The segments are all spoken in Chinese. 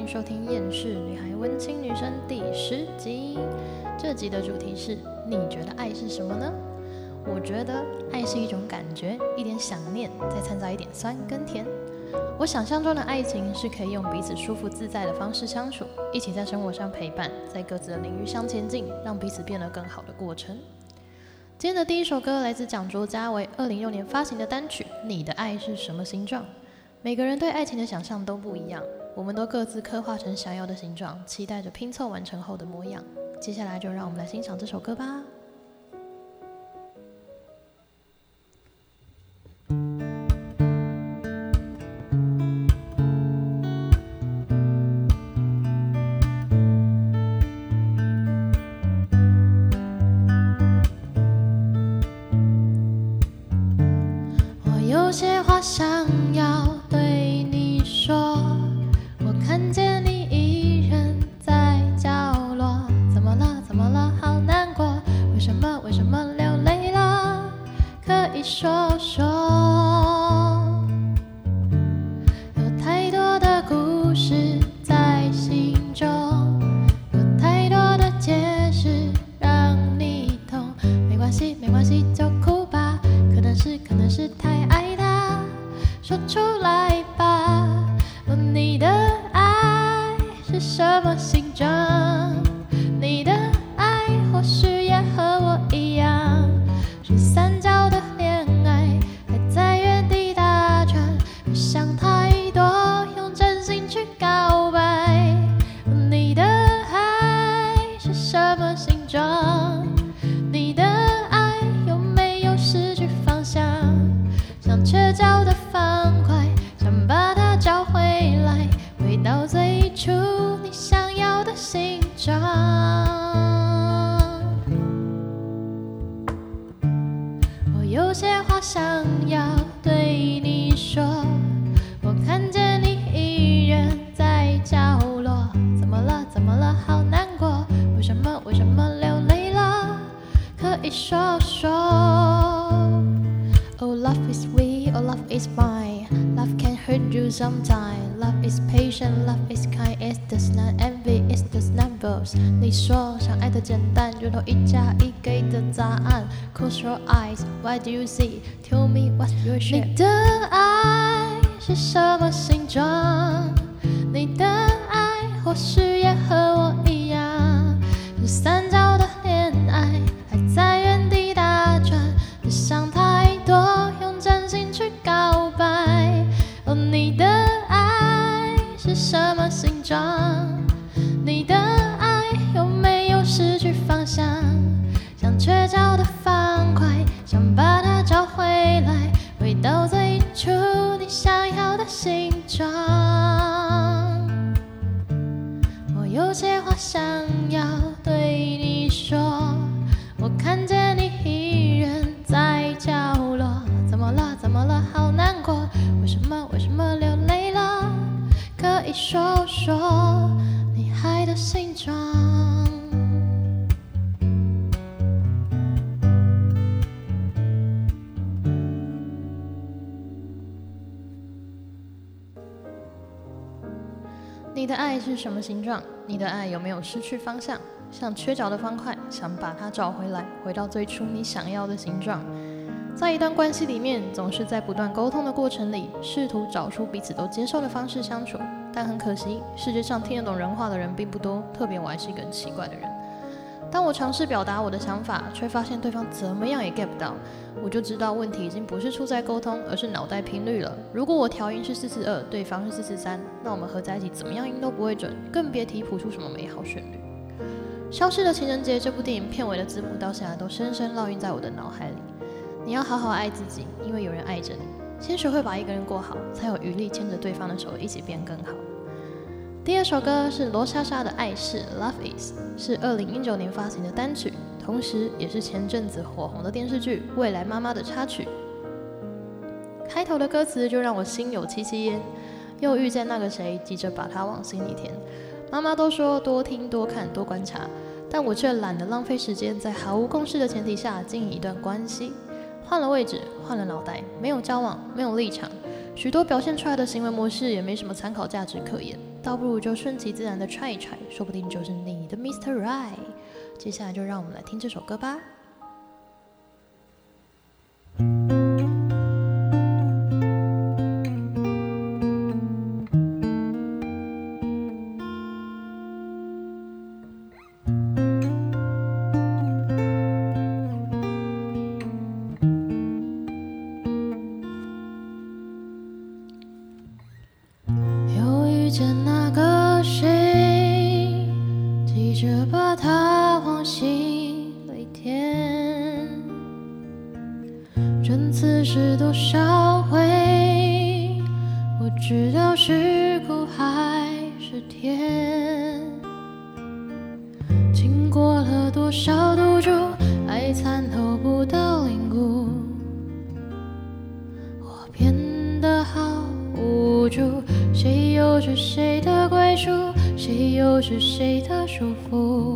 收听《厌世女孩温情女生》第10集。这集的主题是：你觉得爱是什么呢？我觉得爱是一种感觉，一点想念，再掺杂一点酸跟甜。我想象中的爱情是可以用彼此舒服自在的方式相处，一起在生活上陪伴，在各自的领域向前进，让彼此变得更好的过程。今天的第一首歌来自蒋卓嘉为2016年发行的单曲《你的爱是什么形状》。每个人对爱情的想象都不一样，我们都各自刻画成想要的形状，期待着拼凑完成后的模样。接下来就让我们来欣赏这首歌吧。我有些话想要对你说，我看见你一人在角落，怎么了？怎么了？好难过，为什么？为什么流泪了？可以说说。有太多的故事在心中，有太多的解释让你懂。没关系，没关系，就哭吧。可能是太爱他，说出来吧。你的爱是什么形状？你的爱或许也和我一样，是三角的恋爱，还在原地打转。别想太多，用真心去告白。你的爱是什么形状？你的爱有没有失去方向？像缺角的方块，想把它找回来，回到最初你想要的形状。我有些话想要对你说，我看见你一人在角落，怎么了？怎么了？好难过，为什么？为什么流泪了？可以说说。Oh, love is sweet, oh, love is fine. Love can hurt you sometime. Love is patient, love is kind. It does not envy, it does not boast. 你说想爱的简单，如同1加1给的答案。Close your eyes, what do you see? Tell me what's your shape. 你的爱是什么形状？你的爱或许也和我一样，是三角的恋爱，还在原地打转。别想太多，用真心去告白。你的爱是什么形状？你的爱有没有失去方向？像缺角的方块，想把它找回来，回到最初你想要的形状。我有些话想要对你说，我看见你一人在角落，怎么了？怎么了？好难过，为什么？为什么流泪了？可以说说你爱的形状。你的爱是什么形状？你的爱有没有失去方向？像缺角的方块，想把它找回来，回到最初你想要的形状。在一段关系里面，总是在不断沟通的过程里，试图找出彼此都接受的方式相处。但很可惜，世界上听得懂人话的人并不多，特别我还是一个很奇怪的人。当我尝试表达我的想法，却发现对方怎么样也 get 不到，我就知道问题已经不是出在沟通，而是脑袋频率了。如果我调音是442，对方是443，那我们合在一起怎么样音都不会准，更别提谱出什么美好旋律。《消失的情人节》这部电影片尾的字幕到现在都深深烙印在我的脑海里。你要好好爱自己，因为有人爱着你。先学会把一个人过好，才有余力牵着对方的手一起变更好。第二首歌是罗莎莎的《爱是 Love Is》，是2019年发行的单曲，同时也是前阵子火红的电视剧《未来妈妈》的插曲。开头的歌词就让我心有戚戚焉，又遇见那个谁，急着把它往心里填。妈妈都说多听多看多观察，但我却懒得浪费时间在毫无共识的前提下经营一段关系。换了位置，换了脑袋，没有交往，没有立场，许多表现出来的行为模式也没什么参考价值可言。 倒不如就顺其自然的try一try，说不定就是你的 Mr. Right。接下来就让我们来听这首歌吧。 那个谁，急着把它往心里填，真此事多少回，不知道是苦还是甜，经过了多少赌注，爱参透不得领悟，我变得好无助，谁又是谁的归属，谁又是谁的束缚，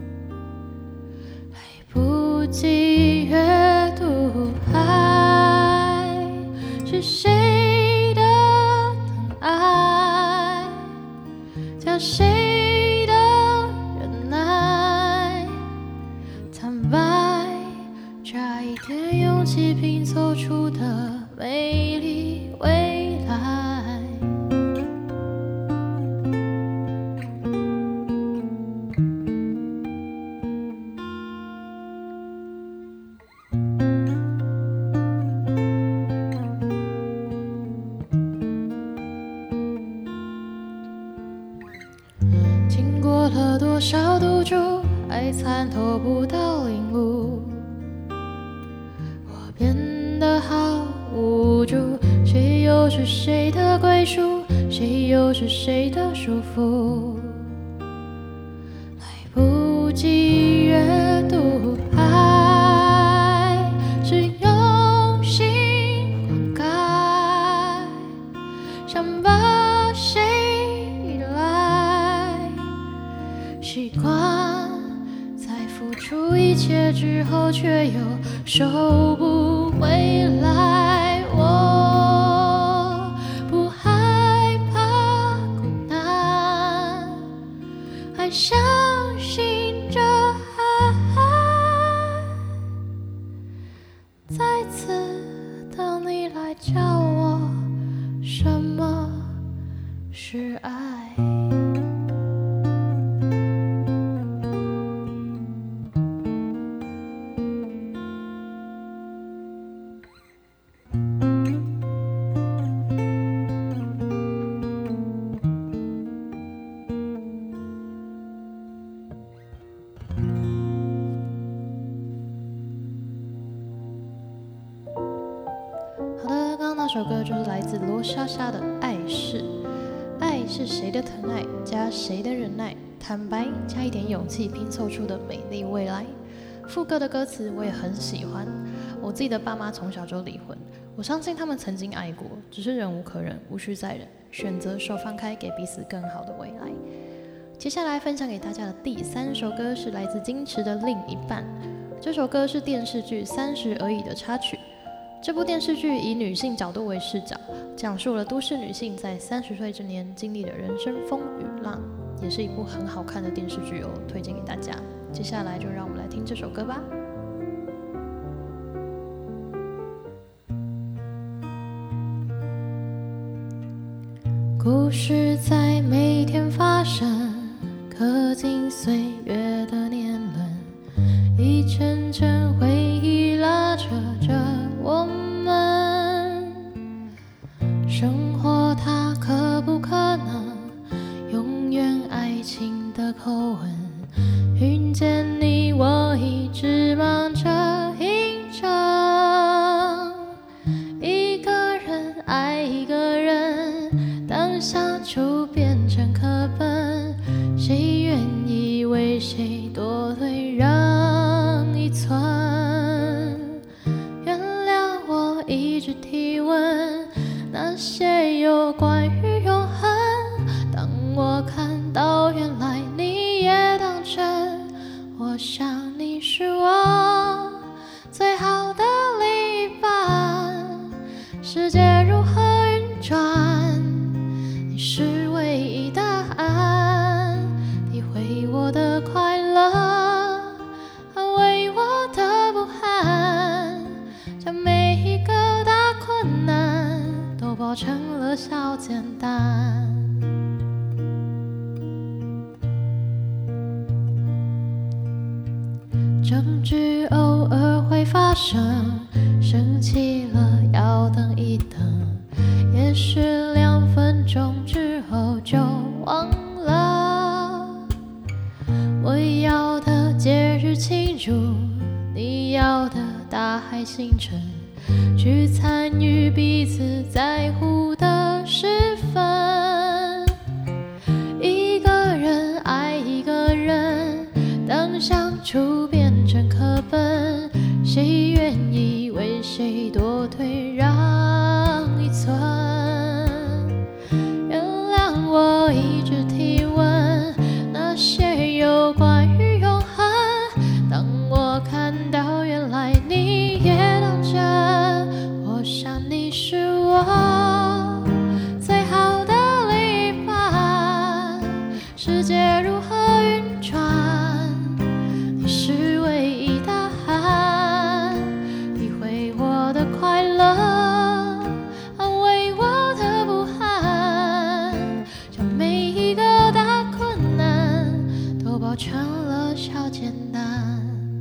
来不及阅读，爱是谁的疼爱，加谁的忍耐，坦白，差一点勇气拼凑出的美丽未来。经过了多少赌注，爱参透不到领悟，我变得好无助，谁又是谁的归属，谁又是谁的束缚，来不及阅读，爱是用心灌溉，想把谁习惯在付出一切之后，却又收不回来。我不害怕苦难，还相信着爱，再次等你来教我什么是爱。 这首歌就是来自罗莎莎的《爱是》，爱是谁的疼爱加谁的忍耐，坦白加一点勇气拼凑出的美丽未来。副歌的歌词我也很喜欢，我自己的爸妈从小就离婚，我相信他们曾经爱过，只是忍无可忍，无需再忍，选择手放开，给彼此更好的未来。接下来分享给大家的第3首歌是来自金池的《另一半》，这首歌是电视剧《30而已》的插曲。这部电视剧以女性角度为视角，讲述了都市女性在30岁之年经历的人生风雨浪，也是一部很好看的电视剧哦，推荐给大家。接下来就让我们来听这首歌吧。 故事在每天发生，刻进岁月的年轮，一阵阵回忆拉扯着我们。生活它可不可能永远爱情的口吻？遇见你，我一直忙着迎着，一个人爱一个人，当下就变成课本，谁愿意为谁多退让一寸？原谅我一直提问那些有关于永恒，当我看到原来你也当真，我想你是我最好的另一半。世界如何运转，你是唯一的困难都包成了小简单。争执偶尔会发生，生气了要等一等，也许2分钟之后就忘了。我要的节日庆祝，你要的大海星辰，去参与彼此在乎的时分。一个人爱一个人，当相处变成课本，谁愿意为谁多退让一寸？原谅我一直提问那些有关于永恒，当我看到原来你也当真，我想你是我最好的另一半。世界如何运转，你是唯一答案，体会我的快乐，安慰我的不安，将每一个大困难都包成了小简单。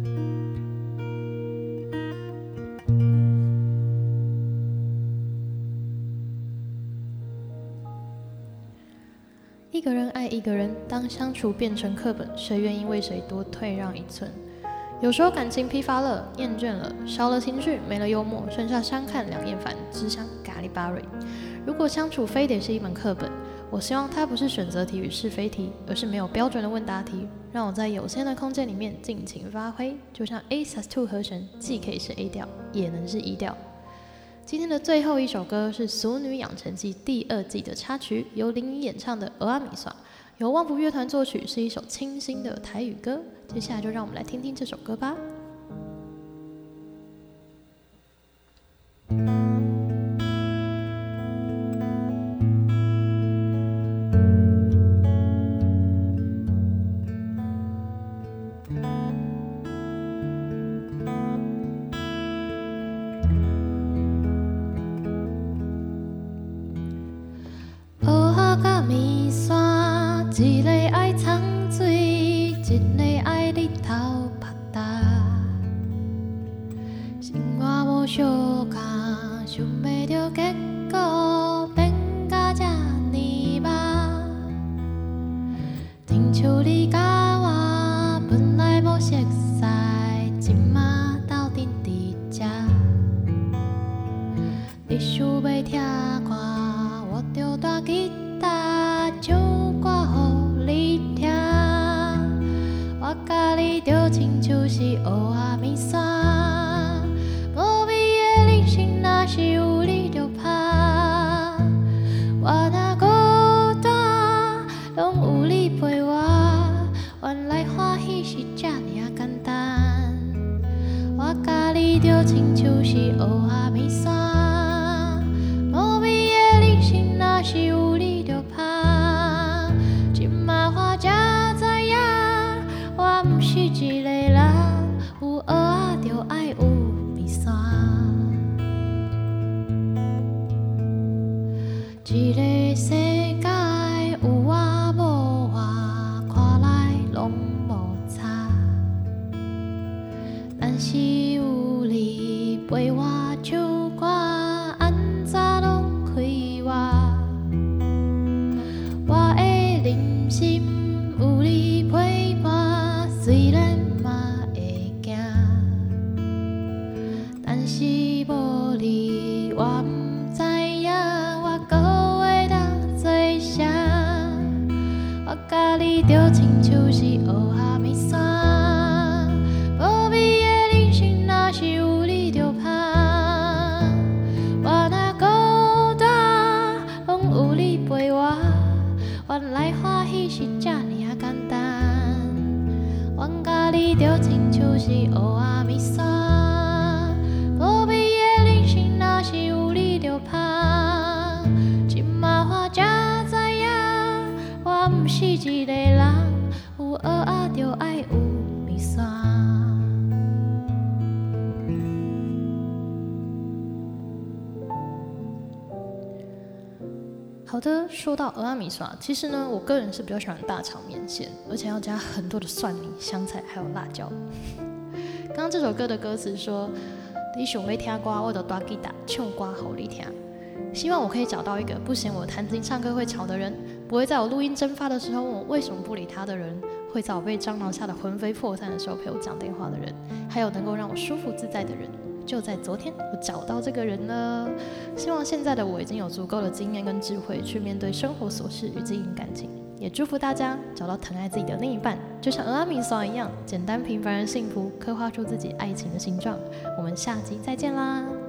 一个人爱一个人，当相处变成课本，谁愿意为谁多退让一寸？有时候感情疲乏了，厌倦了，少了情绪，没了幽默，剩下相看两厌烦，只想咖喱巴瑞。如果相处非得是一门课本，我希望它不是选择题与是非题，而是没有标准的问答题，让我在有限的空间里面尽情发挥。就像 A-2 和弦，既可以是 A 调，也能是 E 调。今天的最后一首歌是《俗女养成记》第2季的插曲，由林怡演唱的《俄阿米耍》，由旺福乐团作曲，是一首清新的台语歌。接下来就让我们来听听这首歌吧。 一个爱藏水，一个爱日头晒干。生活无相共，想袂到结果变甲这呢麻。亲像你甲我本来无熟悉，今嘛斗阵伫这。你想要听歌，我就弹吉他唱歌予你听。我甲你就亲像是乌阿米线，无味的人生若是有你就拍。我若孤单，拢有你陪我，原来欢喜是这么简单。我甲你就亲像是乌阿米线，无味的人生若是有你就拍。今嘛我才知影，我毋是一个人，有蚵仔就爱有米线。一个世界有我无我，看来拢无差。但是有你陪我唱歌，安怎拢快活。我的人生有你陪伴，虽然嘛会惊，但是无你我毋知影我搁会当做啥。我甲你就亲像是乌阿米线，无味的人生若是有你就拍。我若孤单，拢有你陪我，原来欢喜是这么简单。我甲你就亲像是乌阿米线，无味的人生若是有你就拍。今嘛我才知影，我毋是一个人，有蚵仔就爱有米线。 好的，说到蚵仔米刷，其实呢，我个人是比较喜欢大肠面线，而且要加很多的蒜泥、香菜还有辣椒。刚刚这首歌的歌词说：“你想要听歌，我就大吉他唱歌给你听。”希望我可以找到一个不嫌我弹琴唱歌会吵的人，不会在我录音蒸发的时候问我为什么不理他的人，会在我被蟑螂吓得魂飞魄散的时候陪我讲电话的人，还有能够让我舒服自在的人。就在昨天，我找到这个人了。希望现在的我已经有足够的经验跟智慧去面对生活琐事与经营感情，也祝福大家找到疼爱自己的另一半，就像蚵仔米刷一样，简单平凡而幸福，刻画出自己爱情的形状。我们下集再见啦！